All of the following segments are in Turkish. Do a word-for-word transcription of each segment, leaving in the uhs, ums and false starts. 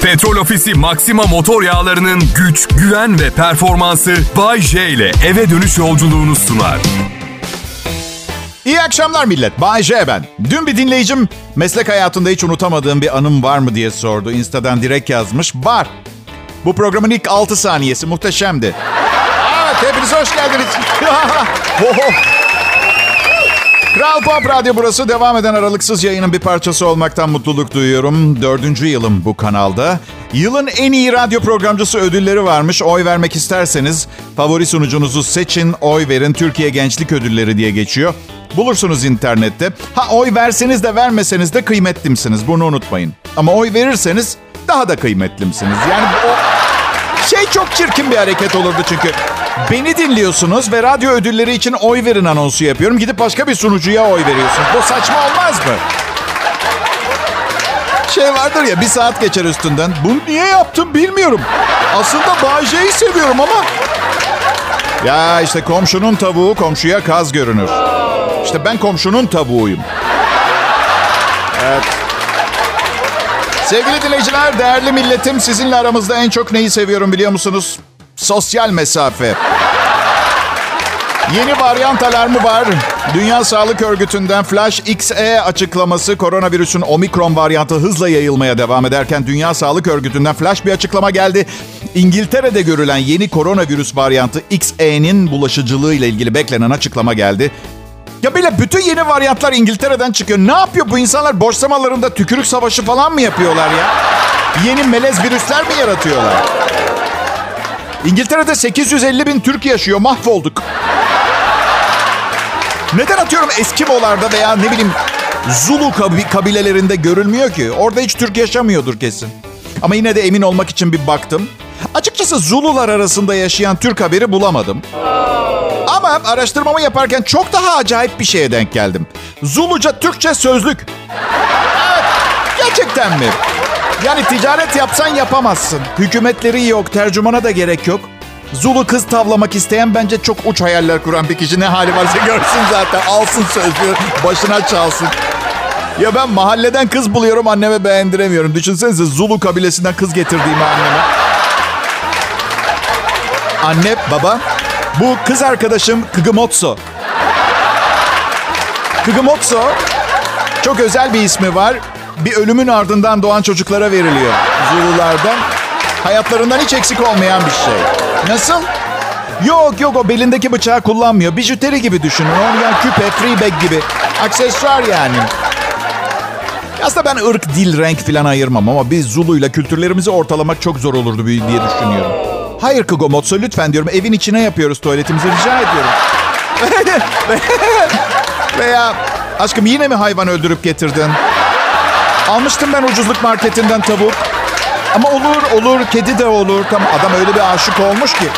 Petrol Ofisi Maxima motor yağlarının güç, güven ve performansı Bay J ile eve dönüş yolculuğunu sunar. İyi akşamlar millet. Bay J ben. Dün bir dinleyicim meslek hayatında hiç unutamadığım bir anım var mı diye sordu. Insta'dan direkt yazmış. Var. Bu programın ilk altı saniyesi muhteşemdi. Evet, hepiniz hoş geldiniz. Kral Pop Radyo burası. Devam eden aralıksız yayının bir parçası olmaktan mutluluk duyuyorum. Dördüncü yılım bu kanalda. Yılın en iyi radyo programcısı ödülleri varmış. Oy vermek isterseniz favori sunucunuzu seçin, oy verin. Türkiye Gençlik Ödülleri diye geçiyor. Bulursunuz internette. Ha, oy verseniz de vermeseniz de kıymetlimsiniz. Bunu unutmayın. Ama oy verirseniz daha da kıymetlimsiniz. Yani o şey çok çirkin bir hareket olurdu çünkü. Beni dinliyorsunuz ve radyo ödülleri için oy verin anonsu yapıyorum. Gidip başka bir sunucuya oy veriyorsunuz. Bu saçma olmaz mı? Şey vardır ya, bir saat geçer üstünden. Bunu niye yaptım bilmiyorum. Aslında Bay J'yi seviyorum ama... Ya işte komşunun tavuğu komşuya kaz görünür. İşte ben komşunun tavuğuyum. Evet. Sevgili dinleyiciler, değerli milletim, sizinle aramızda en çok neyi seviyorum biliyor musunuz? Sosyal mesafe. Yeni varyant alarmı var. Dünya Sağlık Örgütü'nden Flash X E açıklaması, koronavirüsün omikron varyantı hızla yayılmaya devam ederken Dünya Sağlık Örgütü'nden flash bir açıklama geldi. İngiltere'de görülen yeni koronavirüs varyantı X E'nin bulaşıcılığı ile ilgili beklenen açıklama geldi. Ya böyle bütün yeni varyantlar İngiltere'den çıkıyor. Ne yapıyor bu insanlar? Boş zamanlarında tükürük savaşı falan mı yapıyorlar ya? Yeni melez virüsler mi yaratıyorlar? İngiltere'de sekiz yüz elli bin Türk yaşıyor. Mahvolduk. Neden atıyorum Eskimolarda veya ne bileyim Zulu kabilelerinde görülmüyor ki? Orada hiç Türk yaşamıyordur kesin. Ama yine de emin olmak için bir baktım. Açıkçası Zulular arasında yaşayan Türk haberi bulamadım. Ama araştırmamı yaparken çok daha acayip bir şeye denk geldim. Zuluca Türkçe sözlük. Evet, gerçekten mi? Yani ticaret yapsan yapamazsın. Hükümetleri yok, tercümana da gerek yok. Zulu kız tavlamak isteyen bence çok uç hayaller kuran bir kişi. Ne hali varsa görsün zaten. Alsın sözlüğü, başına çalsın. Ya ben mahalleden kız buluyorum, anneme beğendiremiyorum. Düşünsenize Zulu kabilesinden kız getirdiğimi anneme. Anne, baba, bu kız arkadaşım Kıgımotso. Kıgımotso, çok özel bir ismi var. Bir ölümün ardından doğan çocuklara veriliyor Zululardan. Hayatlarından hiç eksik olmayan bir şey. Nasıl? Yok yok, o belindeki bıçağı kullanmıyor. Bijuteri gibi düşünün. Onu yani küpe, free bag gibi. Aksesuar yani. Aslında ben ırk, dil, renk falan ayırmam ama biz Zulu'yla kültürlerimizi ortalamak çok zor olurdu diye düşünüyorum. Hayır Kıgımotso, lütfen diyorum. Evin içine yapıyoruz tuvaletimizi, rica ediyorum. Veya aşkım yine mi hayvan öldürüp getirdin? Almıştım ben ucuzluk marketinden tavuk. Ama olur olur, kedi de olur. Tamam, adam öyle bir aşık olmuş ki.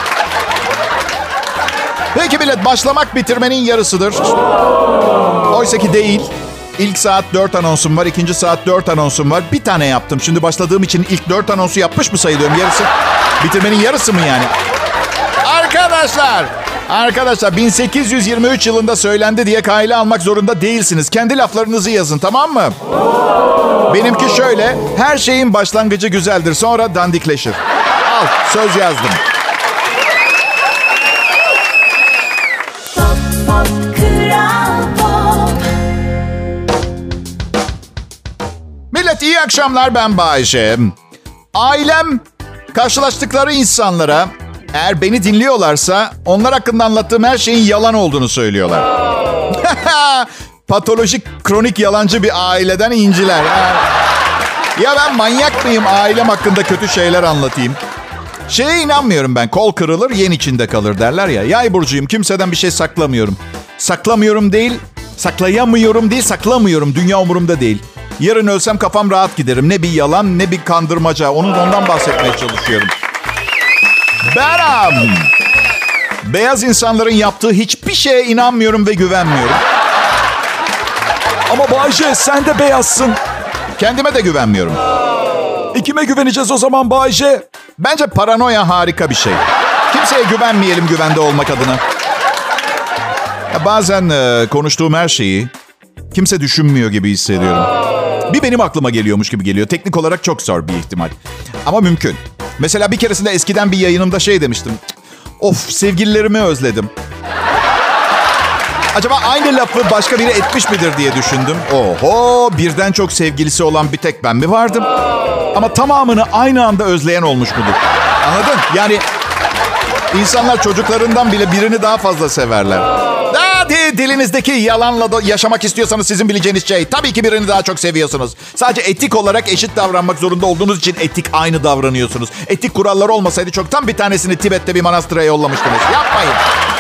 Peki millet, başlamak bitirmenin yarısıdır. Oysa ki değil. İlk saat dört anonsum var, ikinci saat dört anonsum var. Bir tane yaptım. Şimdi başladığım için ilk dört anonsu yapmış mı sayılıyorum? Yarısı. Bitirmenin yarısı mı yani? Arkadaşlar, arkadaşlar bin sekiz yüz yirmi üç yılında söylendi diye kayla almak zorunda değilsiniz. Kendi laflarınızı yazın, tamam mı? Benimki şöyle: her şeyin başlangıcı güzeldir, sonra dandikleşir. Al, söz yazdım. Millet iyi akşamlar, ben Bay J. Ailem karşılaştıkları insanlara, eğer beni dinliyorlarsa, onlar hakkında anlattığım her şeyin yalan olduğunu söylüyorlar. Patolojik, kronik yalancı bir aileden inciler. Ya ben manyak mıyım, ailem hakkında kötü şeyler anlatayım? Şeye inanmıyorum ben, kol kırılır yen içinde kalır derler ya. Yay burcuyum, kimseden bir şey saklamıyorum. Saklamıyorum değil, saklayamıyorum değil, saklamıyorum. Dünya umurumda değil. Yarın ölsem kafam rahat giderim. Ne bir yalan, ne bir kandırmaca. Onun ondan bahsetmeye çalışıyorum. Beram. Beyaz insanların yaptığı hiçbir şeye inanmıyorum ve güvenmiyorum. Ama Bay J, sen de beyazsın. Kendime de güvenmiyorum. E kime güveneceğiz o zaman Bay J? Bence paranoya harika bir şey. Kimseye güvenmeyelim güvende olmak adına. Ya bazen e, konuştuğum her şeyi kimse düşünmüyor gibi hissediyorum. Bir benim aklıma geliyormuş gibi geliyor. Teknik olarak çok zor bir ihtimal. Ama mümkün. Mesela bir keresinde eskiden bir yayınımda şey demiştim. Of, sevgililerimi özledim. Acaba aynı lafı başka biri etmiş midir diye düşündüm. Oho, birden çok sevgilisi olan bir tek ben mi vardım? Ama tamamını aynı anda özleyen olmuş mudur? Anladın? Yani insanlar çocuklarından bile birini daha fazla severler. Hadi dilinizdeki yalanla da yaşamak istiyorsanız sizin bileceğiniz şey, tabii ki birini daha çok seviyorsunuz. Sadece etik olarak eşit davranmak zorunda olduğunuz için etik aynı davranıyorsunuz. Etik kuralları olmasaydı çoktan bir tanesini Tibet'te bir manastıra yollamıştınız. Yapmayın.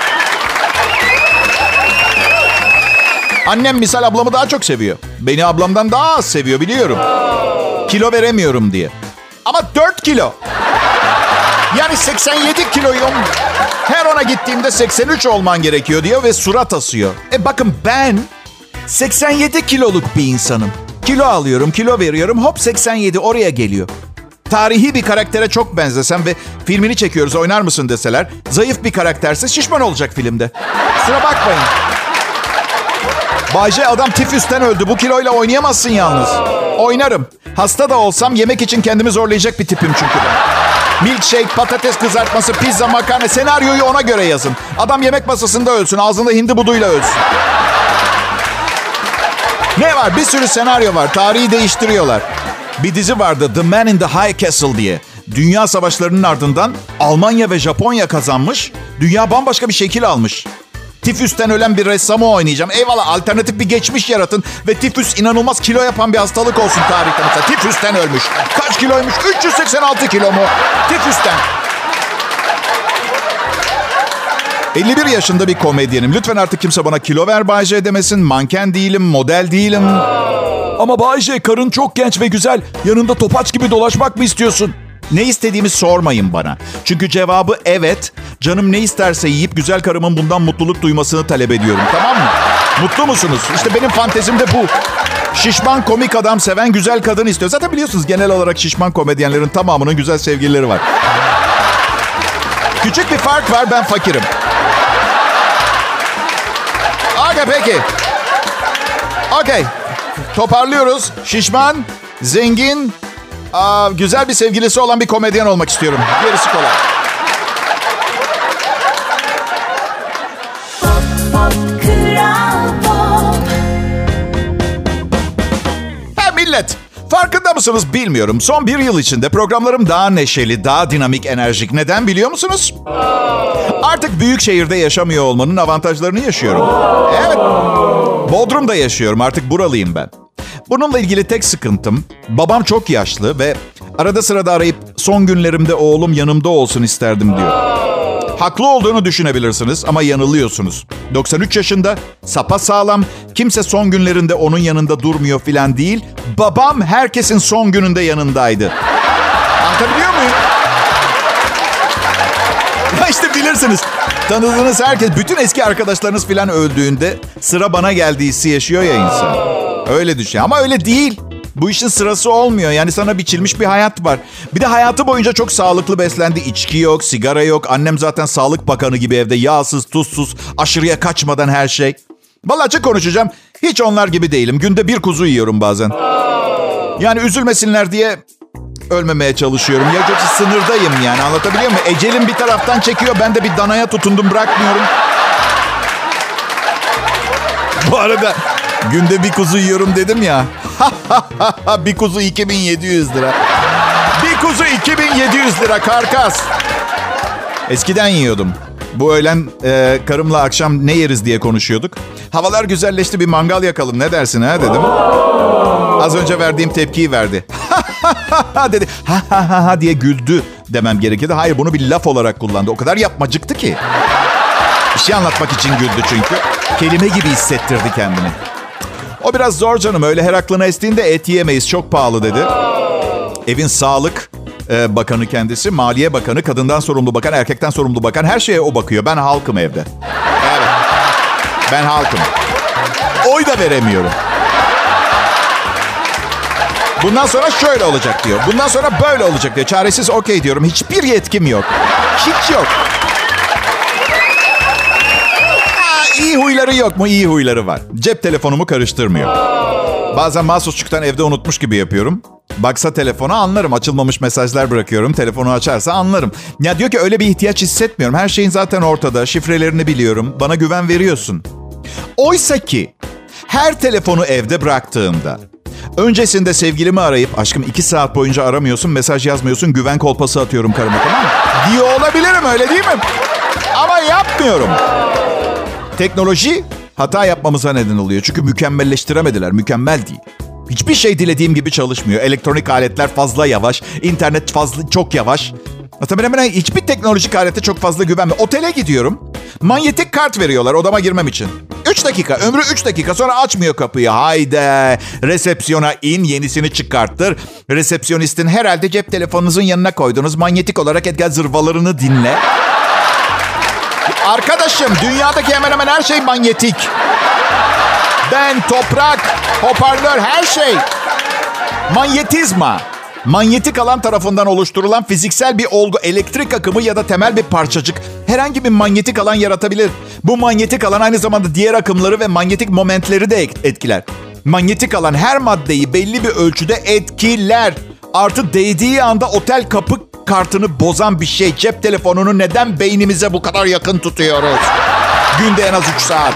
Annem misal ablamı daha çok seviyor. Beni ablamdan daha az seviyor, biliyorum. Kilo veremiyorum diye. Ama dört kilo. Yani seksen yedi kiloyum. Her ona gittiğimde seksen üç olman gerekiyor diyor ve surat asıyor. E bakın, ben seksen yedi kiloluk bir insanım. Kilo alıyorum, kilo veriyorum, hop seksen yedi oraya geliyor. Tarihi bir karaktere çok benzesem ve filmini çekiyoruz, oynar mısın deseler, zayıf bir karakterse şişman olacak filmde. Kusura bakmayın. Bay J, adam tifüsten öldü. Bu kiloyla oynayamazsın yalnız. Oynarım. Hasta da olsam yemek için kendimi zorlayacak bir tipim çünkü ben. Milkshake, patates kızartması, pizza, makarna, senaryoyu ona göre yazın. Adam yemek masasında ölsün, ağzında hindi buduyla ölsün. Ne var? Bir sürü senaryo var. Tarihi değiştiriyorlar. Bir dizi vardı, The Man in the High Castle diye. Dünya savaşlarının ardından Almanya ve Japonya kazanmış. Dünya bambaşka bir şekil almış. Tifüsten ölen bir ressamı oynayacağım. Eyvallah, alternatif bir geçmiş yaratın. Ve tifüs inanılmaz kilo yapan bir hastalık olsun tarihte mesela. Tifüsten ölmüş. Kaç kiloymuş? üç yüz seksen altı kilo mu? Tifüsten. elli bir yaşında bir komedyenim. Lütfen artık kimse bana kilo ver Bay J demesin. Manken değilim, model değilim. Ama Bay J, karın çok genç ve güzel. Yanında topaç gibi dolaşmak mı istiyorsun? Ne istediğimi sormayın bana. Çünkü cevabı evet. Canım ne isterse yiyip güzel karımın bundan mutluluk duymasını talep ediyorum. Tamam mı? Mutlu musunuz? İşte benim fantezim de bu. Şişman komik adam seven güzel kadın istiyor. Zaten biliyorsunuz, genel olarak şişman komedyenlerin tamamının güzel sevgilileri var. Küçük bir fark var, ben fakirim. Okey, peki. Okey. Toparlıyoruz. Şişman, zengin, aa, güzel bir sevgilisi olan bir komedyen olmak istiyorum. Gerisi kolay. Ha millet, farkında mısınız bilmiyorum. Son bir yıl içinde programlarım daha neşeli, daha dinamik, enerjik. Neden biliyor musunuz? Artık büyük şehirde yaşamıyor olmanın avantajlarını yaşıyorum. Evet, Bodrum'da yaşıyorum. Artık buralıyım ben. Bununla ilgili tek sıkıntım, babam çok yaşlı ve arada sırada arayıp son günlerimde oğlum yanımda olsun isterdim diyor. Haklı olduğunu düşünebilirsiniz ama yanılıyorsunuz. doksan üç yaşında, sapasağlam, kimse son günlerinde onun yanında durmuyor filan değil. Babam herkesin son gününde yanındaydı. Anlatabiliyor muyum? Ya işte bilirsiniz, tanıdığınız herkes, bütün eski arkadaşlarınız filan öldüğünde sıra bana geldiği hissi yaşıyor ya insan. Öyle düşün ama öyle değil. Bu işin sırası olmuyor. Yani sana biçilmiş bir hayat var. Bir de hayatı boyunca çok sağlıklı beslendi. İçki yok, sigara yok. Annem zaten sağlık bakanı gibi evde. Yağsız, tuzsuz, aşırıya kaçmadan her şey. Vallahi açık konuşacağım. Hiç onlar gibi değilim. Günde bir kuzu yiyorum bazen. Yani üzülmesinler diye ölmemeye çalışıyorum. Ya sınırdayım yani, anlatabiliyor muyum? Ecelim bir taraftan çekiyor. Ben de bir danaya tutundum, bırakmıyorum. Bu arada günde bir kuzu yiyorum dedim ya. Bir kuzu iki bin yedi yüz lira. Bir kuzu iki bin yedi yüz lira karkas. Eskiden yiyordum. Bu öğlen e, karımla akşam ne yeriz diye konuşuyorduk. Havalar güzelleşti, bir mangal yakalım ne dersin ha dedim. Az önce verdiğim tepkiyi verdi. dedi. Ha ha ha ha diye güldü demem gerekirdi. Hayır, bunu bir laf olarak kullandı. O kadar yapmacıktı ki. Bir şey anlatmak için güldü çünkü. Kelime gibi hissettirdi kendini. O biraz zor canım. Öyle her aklına estiğinde et yiyemeyiz. Çok pahalı dedi. Evin sağlık e, bakanı kendisi. Maliye bakanı. Kadından sorumlu bakan. Erkekten sorumlu bakan. Her şeye o bakıyor. Ben halkım evde. Evet. Ben halkım. Oy da veremiyorum. Bundan sonra şöyle olacak diyor. Bundan sonra böyle olacak diyor. Çaresiz okey diyorum. Hiçbir yetkim yok. Hiç yok. İyi huyları yok mu? İyi huyları var. Cep telefonumu karıştırmıyor. Bazen mahsusçuktan evde unutmuş gibi yapıyorum. Baksa telefona anlarım. Açılmamış mesajlar bırakıyorum. Telefonu açarsa anlarım. Ya diyor ki öyle bir ihtiyaç hissetmiyorum. Her şeyin zaten ortada. Şifrelerini biliyorum. Bana güven veriyorsun. Oysa ki her telefonu evde bıraktığımda öncesinde sevgilimi arayıp aşkım iki saat boyunca aramıyorsun, mesaj yazmıyorsun, güven kolpası atıyorum karıma, tamam mı? Diyor olabilirim, öyle değil mi? Ama yapmıyorum. Teknoloji hata yapmamıza neden oluyor. Çünkü mükemmelleştiremediler. Mükemmel değil. Hiçbir şey dilediğim gibi çalışmıyor. Elektronik aletler fazla yavaş. İnternet fazla çok yavaş. Tabii hemen hiçbir teknolojik alete çok fazla güvenme. Otele gidiyorum. Manyetik kart veriyorlar odama girmem için. üç dakika. Ömrü üç dakika. Sonra açmıyor kapıyı. Haydi. Resepsiyona in. Yenisini çıkarttır. Resepsiyonistin herhalde cep telefonunuzun yanına koyduğunuz manyetik olarak Edgar zırvalarını dinle. Arkadaşım, dünyadaki hemen hemen her şey manyetik. Ben, toprak, hoparlör, her şey. Manyetizma. Manyetik alan tarafından oluşturulan fiziksel bir olgu, elektrik akımı ya da temel bir parçacık herhangi bir manyetik alan yaratabilir. Bu manyetik alan aynı zamanda diğer akımları ve manyetik momentleri de etkiler. Manyetik alan her maddeyi belli bir ölçüde etkiler. Artı değdiği anda otel kapı kartını bozan bir şey. Cep telefonunu neden beynimize bu kadar yakın tutuyoruz? Günde en az üç saat.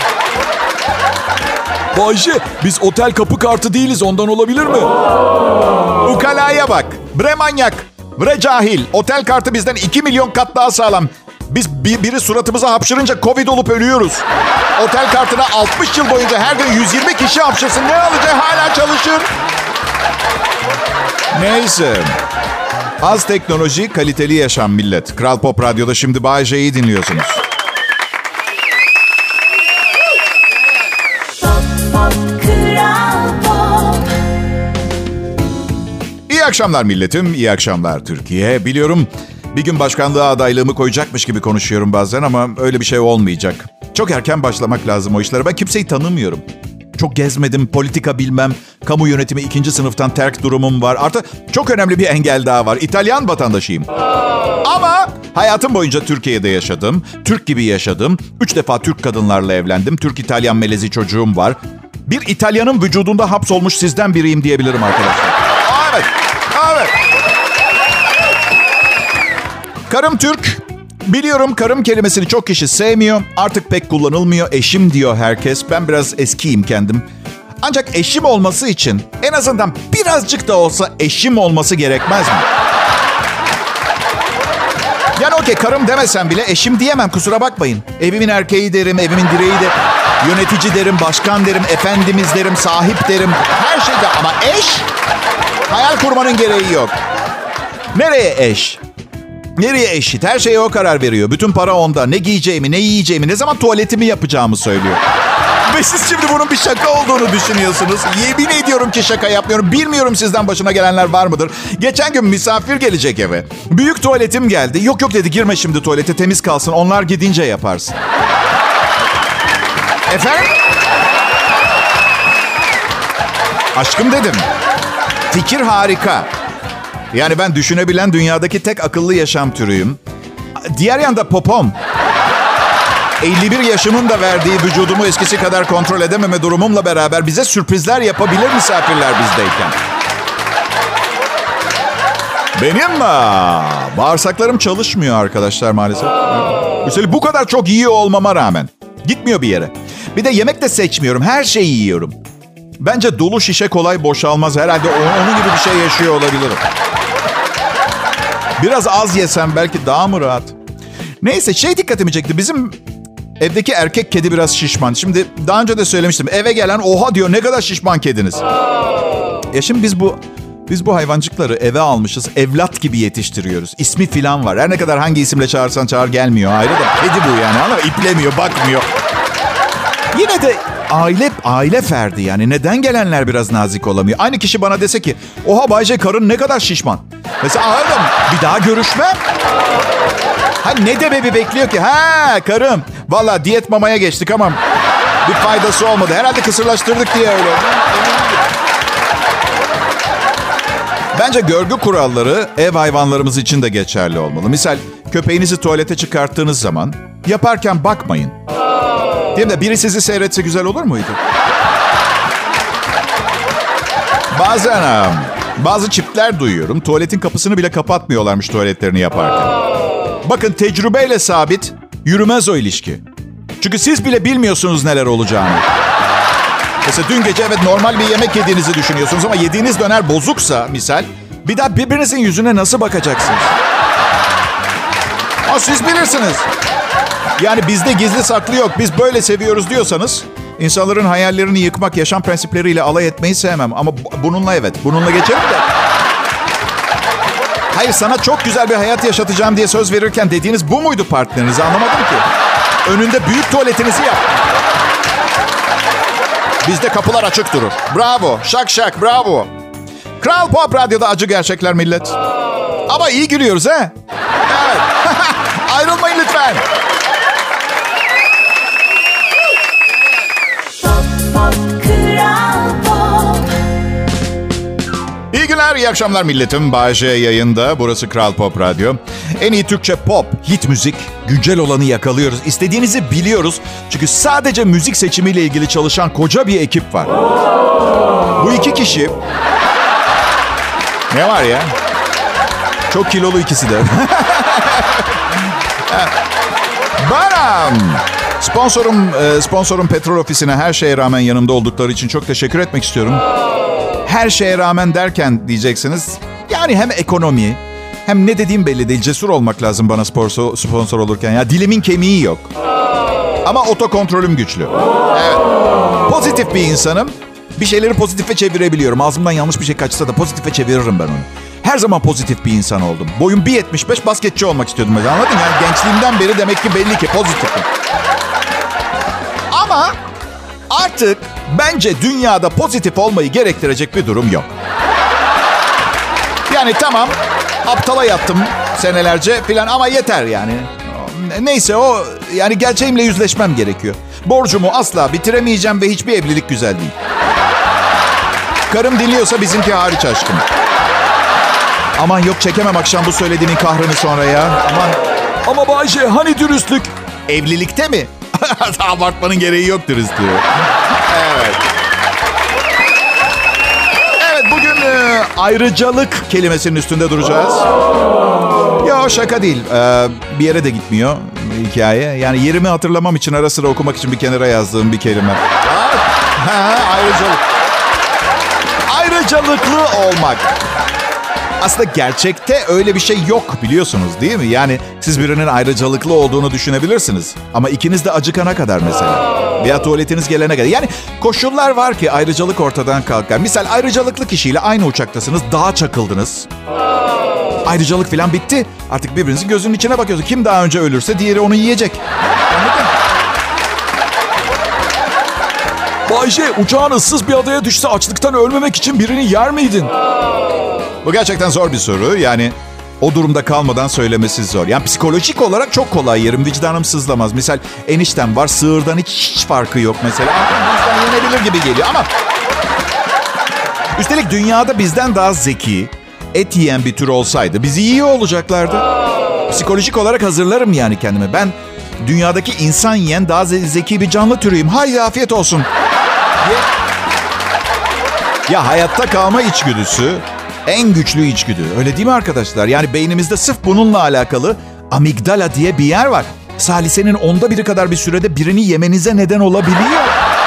Bayşe, biz otel kapı kartı değiliz, ondan olabilir mi? Ukalaya bak. Bre manyak. Bre cahil. Otel kartı bizden iki milyon kat daha sağlam. Biz bir, biri suratımıza hapşırınca Covid olup ölüyoruz. Otel kartına altmış yıl boyunca her gün yüz yirmi kişi hapşırsın. Ne olacak? Hala çalışır. Neyse. Az teknoloji, kaliteli yaşam millet. Kral Pop Radyo'da şimdi Bay J'yi dinliyorsunuz. İyi akşamlar milletim, iyi akşamlar Türkiye. Biliyorum bir gün başkanlığa adaylığımı koyacakmış gibi konuşuyorum bazen ama öyle bir şey olmayacak. Çok erken başlamak lazım o işlere. Ben kimseyi tanımıyorum. Çok gezmedim, politika bilmem, kamu yönetimi ikinci sınıftan terk durumum var. Artı çok önemli bir engel daha var. İtalyan vatandaşıyım. Ama hayatım boyunca Türkiye'de yaşadım. Türk gibi yaşadım. Üç defa Türk kadınlarla evlendim. Türk-İtalyan melezi çocuğum var. Bir İtalyanın vücudunda hapsolmuş sizden biriyim diyebilirim arkadaşlar. Evet, evet. Karım Türk. Biliyorum karım kelimesini çok kişi sevmiyor. Artık pek kullanılmıyor. Eşim diyor herkes. Ben biraz eskiyim kendim. Ancak eşim olması için en azından birazcık da olsa eşim olması gerekmez mi? Yani okey, karım demesem bile eşim diyemem, kusura bakmayın. Evimin erkeği derim, evimin direği de. Yönetici derim, başkan derim, efendimiz derim, sahip derim. Her şeyde ama eş, hayal kurmanın gereği yok. Nereye eş? Nereye eşit? Her şeye o karar veriyor. Bütün para onda. Ne giyeceğimi, ne yiyeceğimi, ne zaman tuvaletimi yapacağımı söylüyor. Ve siz şimdi bunun bir şaka olduğunu düşünüyorsunuz. Yemin ediyorum ki şaka yapmıyorum. Bilmiyorum sizden başına gelenler var mıdır? Geçen gün misafir gelecek eve. Büyük tuvaletim geldi. Yok yok dedi, girme şimdi tuvalete, temiz kalsın. Onlar gidince yaparsın. Efendim? Aşkım dedim. Fikir harika. Yani ben düşünebilen dünyadaki tek akıllı yaşam türüyüm. Diğer yanda popom. elli bir yaşımın da verdiği vücudumu eskisi kadar kontrol edememe durumumla beraber bize sürprizler yapabilir misafirler bizdeyken. Benim aa, bağırsaklarım çalışmıyor arkadaşlar maalesef. Üstelik bu kadar çok iyi olmama rağmen. Gitmiyor bir yere. Bir de yemek de seçmiyorum. Her şeyi yiyorum. Bence dolu şişe kolay boşalmaz. Herhalde onun gibi bir şey yaşıyor olabilirim. Biraz az yesem belki daha mı rahat? Neyse, şey dikkatimi çekti. Bizim evdeki erkek kedi biraz şişman. Şimdi daha önce de söylemiştim. Eve gelen oha diyor, ne kadar şişman kediniz. Ya şimdi biz bu biz bu hayvancıkları eve almışız. Evlat gibi yetiştiriyoruz. İsmi filan var. Her ne kadar hangi isimle çağırsan çağır gelmiyor. Ayrı da kedi bu yani. Anladın mı? İplemiyor, bakmıyor. Yine de aile aile ferdi yani. Neden gelenler biraz nazik olamıyor? Aynı kişi bana dese ki, oha Bayce karın ne kadar şişman. Mesela anladım, bir daha görüşmem. Ha ne demebi bekliyor ki? Ha karım. Valla diyet mamaya geçtik ama bir faydası olmadı. Herhalde kısırlaştırdık diye öyle. Bence görgü kuralları ev hayvanlarımız için de geçerli olmalı. Misal köpeğinizi tuvalete çıkarttığınız zaman yaparken bakmayın. Değil mi? Biri sizi seyretse güzel olur muydu? Bazen Bazı çiftler duyuyorum. Tuvaletin kapısını bile kapatmıyorlarmış tuvaletlerini yaparken. Bakın tecrübeyle sabit, yürümez o ilişki. Çünkü siz bile bilmiyorsunuz neler olacağını. Mesela dün gece evet normal bir yemek yediğinizi düşünüyorsunuz ama yediğiniz döner bozuksa misal, bir daha birbirinizin yüzüne nasıl bakacaksınız? O siz bilirsiniz. Yani bizde gizli saklı yok. Biz böyle seviyoruz diyorsanız insanların hayallerini yıkmak, yaşam prensipleriyle alay etmeyi sevmem. Ama bununla evet. Bununla geçerim de. Hayır, sana çok güzel bir hayat yaşatacağım diye söz verirken dediğiniz bu muydu partnerinize? Anlamadım ki. Önünde büyük tuvaletinizi yap. Bizde kapılar açık durur. Bravo. Şak şak bravo. Kral Pop Radyo'da acı gerçekler millet. Ama iyi gülüyoruz he. Evet. Ayrılmayın lütfen. İyi günler, iyi akşamlar milletim. Bay J yayında. Burası Kral Pop Radyo. En iyi Türkçe pop, hit müzik, güncel olanı yakalıyoruz. İstediğinizi biliyoruz. Çünkü sadece müzik seçimiyle ilgili çalışan koca bir ekip var. Bu iki kişi... Ne var ya? Çok kilolu ikisi de. Baram. Sponsorum, sponsorum Petrol Ofisi'ne her şeye rağmen yanımda oldukları için çok teşekkür etmek istiyorum. Her şeye rağmen derken diyeceksiniz. Yani hem ekonomi hem ne dediğim belli değil. Cesur olmak lazım bana sponsor, sponsor olurken. Ya dilimin kemiği yok. Ama otokontrolüm güçlü. Evet. Pozitif bir insanım. Bir şeyleri pozitife çevirebiliyorum. Ağzımdan yanlış bir şey kaçsa da pozitife çeviririm ben onu. Her zaman pozitif bir insan oldum. Boyum bir yetmiş beş, basketçi olmak istiyordum. Anladın? Yani gençliğimden beri demek ki belli ki pozitifim. Ama artık bence dünyada pozitif olmayı gerektirecek bir durum yok. Yani tamam, aptala yattım senelerce filan ama yeter yani. Neyse o, yani gerçeğimle yüzleşmem gerekiyor. Borcumu asla bitiremeyeceğim ve hiçbir evlilik güzel değil. Karım diliyorsa bizimki hariç aşkım. Aman yok, çekemem akşam bu söylediğinin kahrını sonra ya. Aman. Ama Bay J, hani dürüstlük? Evlilikte mi? Abartmanın gereği yok dürüst diyor. Evet. Evet, bugün e, ayrıcalık kelimesinin üstünde duracağız. Ya şaka değil. Ee, bir yere de gitmiyor hikaye. Yani yerimi hatırlamam için ara sıra okumak için bir kenara yazdığım bir kelime. Ha, ayrıcalık. Ayrıcalıklı olmak. Aslında gerçekte öyle bir şey yok, biliyorsunuz değil mi? Yani siz birinin ayrıcalıklı olduğunu düşünebilirsiniz. Ama ikiniz de acıkana kadar mesela. Veya tuvaletiniz gelene kadar. Yani koşullar var ki ayrıcalık ortadan kalkar. Misal ayrıcalıklı kişiyle aynı uçaktasınız. Dağa çakıldınız. Ayrıcalık falan bitti. Artık birbirinizin gözünün içine bakıyorsunuz. Kim daha önce ölürse diğeri onu yiyecek. Anladın? Bay J, uçağın ıssız bir adaya düşse açlıktan ölmemek için birini yer miydin? Bu gerçekten zor bir soru. Yani o durumda kalmadan söylemesi zor. Yani psikolojik olarak çok kolay yerim. Vicdanım sızlamaz. Misal eniştem var. Sığırdan hiç, hiç farkı yok mesela. Bizden yenebilir gibi geliyor ama... Üstelik dünyada bizden daha zeki, et yiyen bir tür olsaydı bizi yiyor olacaklardı. Psikolojik olarak hazırlarım yani kendimi. Ben dünyadaki insan yiyen daha zeki bir canlı türüyüm. Haydi afiyet olsun. Ya hayatta kalma içgüdüsü en güçlü içgüdü. Öyle değil mi arkadaşlar? Yani beynimizde sırf bununla alakalı amigdala diye bir yer var. Salisenin onda biri kadar bir sürede birini yemenize neden olabiliyor.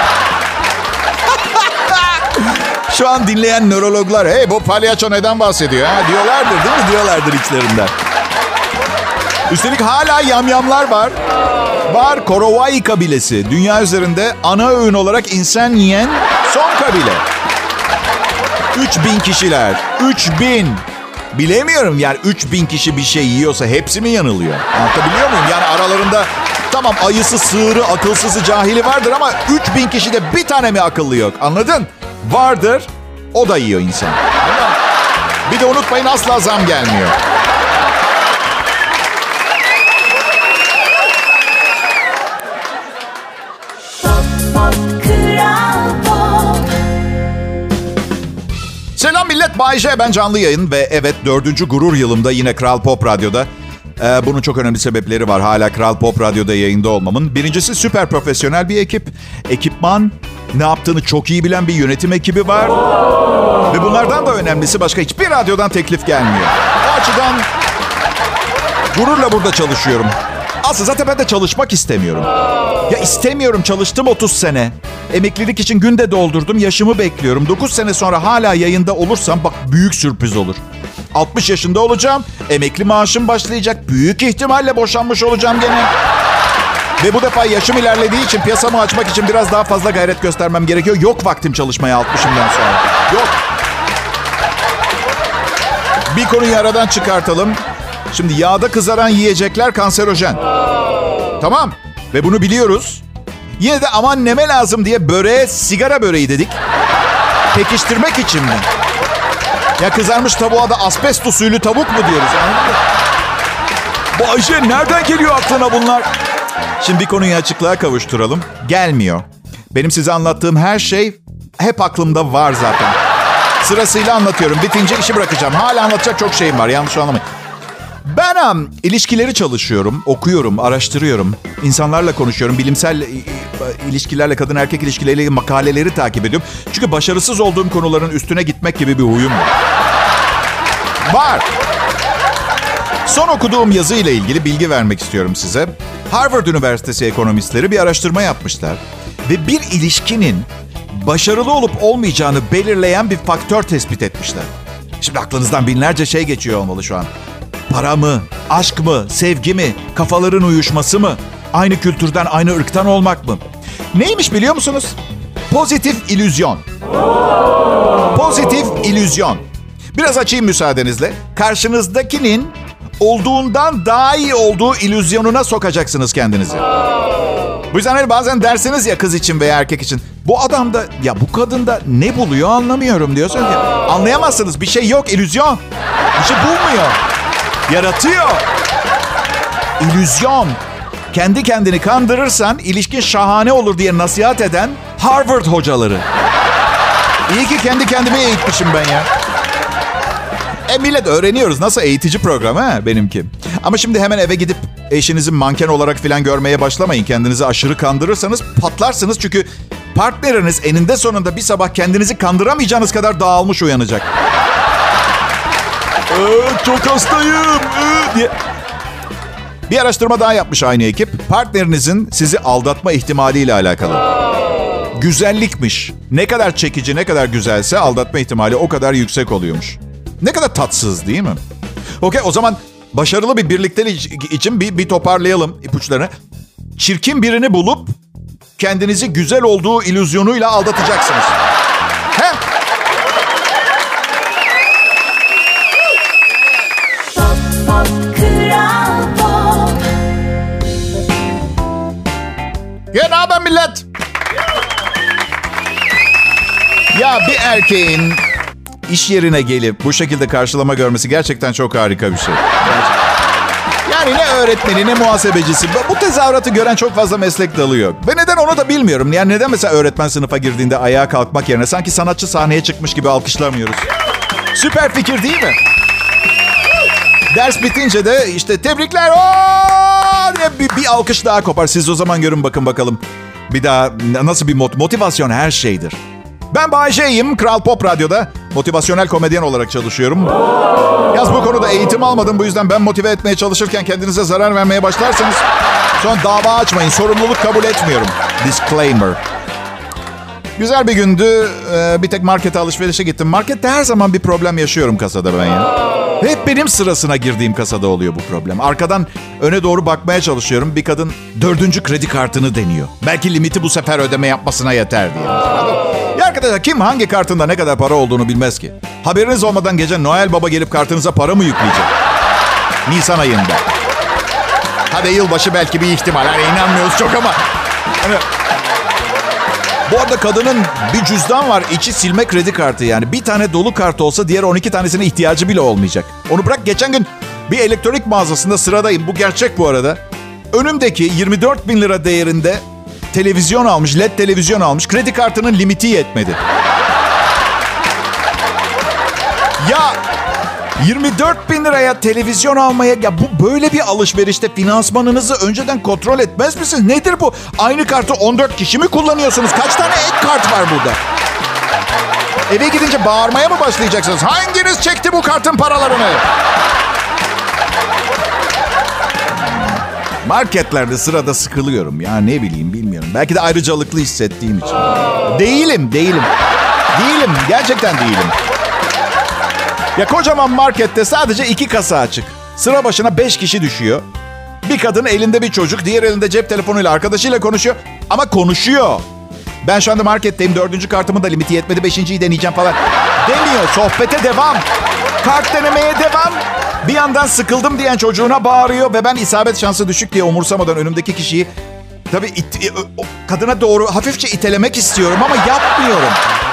Şu an dinleyen nörologlar, hey bu palyaço neden bahsediyor ha? Diyorlardır değil mi? Diyorlardır içlerinden. Üstelik hala yamyamlar var. Var, Korowai kabilesi. Dünya üzerinde ana öğün olarak insan yiyen son kabile. üç bin kişiler. üç bin. Bilemiyorum yani üç bin kişi bir şey yiyorsa hepsi mi yanılıyor? Anlatabiliyor muyum? Yani aralarında tamam ayısı, sığırı, akılsızı, cahili vardır ama üç bin kişide bir tane mi akıllı yok? Anladın? Vardır. O da yiyor insan. Bir de unutmayın, asla zam gelmiyor. Selam millet, Bay J, ben canlı yayın ve evet dördüncü gurur yılımda yine Kral Pop Radyo'da. Ee, bunun çok önemli sebepleri var hala Kral Pop Radyo'da yayında olmamın. Birincisi süper profesyonel bir ekip. Ekipman, ne yaptığını çok iyi bilen bir yönetim ekibi var. Ve bunlardan da önemlisi başka hiçbir radyodan teklif gelmiyor. O açıdan gururla burada çalışıyorum. Aslında zaten ben de çalışmak istemiyorum. Ya istemiyorum, çalıştım otuz sene. Emeklilik için günde doldurdum, yaşımı bekliyorum. dokuz sene sonra hala yayında olursam bak büyük sürpriz olur. altmış yaşında olacağım, emekli maaşım başlayacak. Büyük ihtimalle boşanmış olacağım gene. Ve bu defa yaşım ilerlediği için piyasamı açmak için biraz daha fazla gayret göstermem gerekiyor. Yok vaktim çalışmaya altmışımdan sonra. Yok. Bir konuyu aradan çıkartalım. Şimdi yağda kızaran yiyecekler kanserojen. Tamam. Ve bunu biliyoruz. Yine de aman neme lazım diye böreğe sigara böreği dedik. Pekiştirmek için mi? Ya kızarmış tavuğa da asbest usulü tavuk mu diyoruz? Bu Ayşe nereden geliyor aklına bunlar? Şimdi bir konuyu açıklığa kavuşturalım. Gelmiyor. Benim size anlattığım her şey hep aklımda var zaten. Sırasıyla anlatıyorum. Bitince işi bırakacağım. Hala anlatacak çok şeyim var. Yanlış anlamayın. Ben um, ilişkileri çalışıyorum, okuyorum, araştırıyorum. İnsanlarla konuşuyorum. Bilimsel ilişkilerle, kadın erkek ilişkileriyle makaleleri takip ediyorum. Çünkü başarısız olduğum konuların üstüne gitmek gibi bir huyum var. Var. Son okuduğum yazı ile ilgili bilgi vermek istiyorum size. Harvard Üniversitesi ekonomistleri bir araştırma yapmışlar. Ve bir ilişkinin başarılı olup olmayacağını belirleyen bir faktör tespit etmişler. Şimdi aklınızdan binlerce şey geçiyor olmalı şu an. Para mı, aşk mı, sevgi mi, kafaların uyuşması mı, aynı kültürden, aynı ırktan olmak mı? Neymiş biliyor musunuz? Pozitif illüzyon. Pozitif illüzyon. Biraz açayım müsaadenizle. Karşınızdakinin olduğundan daha iyi olduğu illüzyonuna sokacaksınız kendinizi. Bu yüzden hani bazen dersiniz ya kız için veya erkek için. Bu adamda ya bu kadında ne buluyor anlamıyorum diyorsunuz ya. Anlayamazsınız, bir şey yok, illüzyon. Bir şey bulmuyor. Yaratıyor. İllüzyon. Kendi kendini kandırırsan ilişkin şahane olur diye nasihat eden Harvard hocaları. İyi ki kendi kendimi eğitmişim ben ya. E millet öğreniyoruz. Nasıl eğitici program ha benimki. Ama şimdi hemen eve gidip eşinizi manken olarak falan görmeye başlamayın. Kendinizi aşırı kandırırsanız patlarsınız. Çünkü partneriniz eninde sonunda bir sabah kendinizi kandıramayacağınız kadar dağılmış uyanacak. Ee, çok hastayım ee, diye. Bir araştırma daha yapmış aynı ekip. Partnerinizin sizi aldatma ihtimaliyle alakalı. Güzellikmiş. Ne kadar çekici, ne kadar güzelse aldatma ihtimali o kadar yüksek oluyormuş. Ne kadar tatsız değil mi? Okey, o zaman başarılı bir birliktelik için bir, bir toparlayalım ipuçlarını. Çirkin birini bulup kendinizi güzel olduğu illüzyonuyla aldatacaksınız. He? Ya ne haber millet? Ya bir erkeğin iş yerine gelip bu şekilde karşılama görmesi gerçekten çok harika bir şey. Yani ne öğretmeni ne muhasebecisi. Bu tezahüratı gören çok fazla meslek dalı yok. Ve neden onu da bilmiyorum. Yani neden mesela öğretmen sınıfa girdiğinde ayağa kalkmak yerine sanki sanatçı sahneye çıkmış gibi alkışlamıyoruz. Süper fikir değil mi? Ders bitince de işte tebrikler ooo diye bir, bir alkış daha kopar. Siz o zaman görün bakın bakalım. Bir daha nasıl bir mot- motivasyon her şeydir. Ben Bay J'yim. Kral Pop Radyo'da motivasyonel komedyen olarak çalışıyorum. Yaz bu konuda eğitim almadım. Bu yüzden ben motive etmeye çalışırken kendinize zarar vermeye başlarsanız sonra dava açmayın. Sorumluluk kabul etmiyorum. Disclaimer. Güzel bir gündü. Ee, bir tek markete alışverişe gittim. Markette her zaman bir problem yaşıyorum kasada ben ya. Hep benim sırasına girdiğim kasada oluyor bu problem. Arkadan öne doğru bakmaya çalışıyorum. Bir kadın dördüncü kredi kartını deniyor. Belki limiti bu sefer ödeme yapmasına yeter diye. Ya arkadaşlar kim hangi kartında ne kadar para olduğunu bilmez ki. Haberiniz olmadan gece Noel Baba gelip kartınıza para mı yükleyecek? Nisan ayında. Hadi yılbaşı belki bir ihtimal. Hani inanmıyoruz çok ama. Hani... Bu arada kadının bir cüzdan var. İçi silme kredi kartı yani. Bir tane dolu kart olsa diğer on iki tanesine ihtiyacı bile olmayacak. Onu bırak, geçen gün bir elektronik mağazasında sıradayım. Bu gerçek bu arada. Önümdeki yirmi dört bin lira değerinde televizyon almış. L E D televizyon almış. Kredi kartının limiti yetmedi. Ya yirmi dört bin liraya televizyon almaya... Ya bu böyle bir alışverişte finansmanınızı önceden kontrol etmez misiniz? Nedir bu? Aynı kartı on dört kişi mi kullanıyorsunuz? Kaç tane ek kart var burada? Eve gidince bağırmaya mı başlayacaksınız? Hanginiz çekti bu kartın paralarını? Marketlerde sırada sıkılıyorum. Ya ne bileyim bilmiyorum. Belki de ayrıcalıklı hissettiğim için. Değilim, değilim. Değilim, gerçekten değilim. Ya kocaman markette sadece iki kasa açık. Sıra başına beş kişi düşüyor. Bir kadın elinde bir çocuk, diğer elinde cep telefonuyla arkadaşıyla konuşuyor. Ama konuşuyor. Ben şu anda marketteyim, dördüncü kartımın da limiti yetmedi, beşinciyi deneyeceğim falan. Demiyor, sohbete devam. Kart denemeye devam. Bir yandan sıkıldım diyen çocuğuna bağırıyor ve ben isabet şansı düşük diye umursamadan önümdeki kişiyi tabii it, o, kadına doğru hafifçe itelemek istiyorum ama yapmıyorum.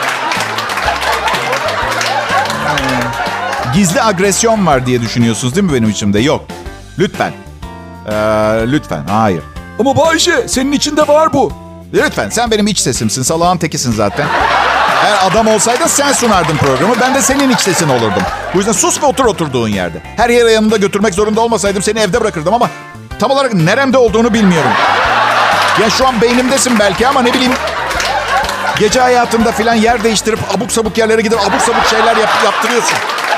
Gizli agresyon var diye düşünüyorsunuz değil mi benim içimde? Yok. Lütfen. Ee, lütfen. Hayır. Ama Bayşe senin içinde var bu. Lütfen. Sen benim iç sesimsin. Salağın tekisin zaten. Eğer adam olsaydın sen sunardın programı. Ben de senin iç sesin olurdum. Bu yüzden sus ve otur oturduğun yerde. Her yere yanımda götürmek zorunda olmasaydım seni evde bırakırdım ama tam olarak neremde olduğunu bilmiyorum. Ya şu an beynimdesin belki ama ne bileyim. Gece hayatında filan yer değiştirip abuk sabuk yerlere gidip abuk sabuk şeyler yap, yaptırıyorsun.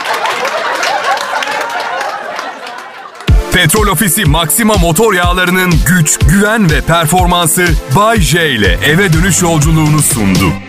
Petrol Ofisi Maxima motor yağlarının güç, güven ve performansı Bay J ile eve dönüş yolculuğunu sundu.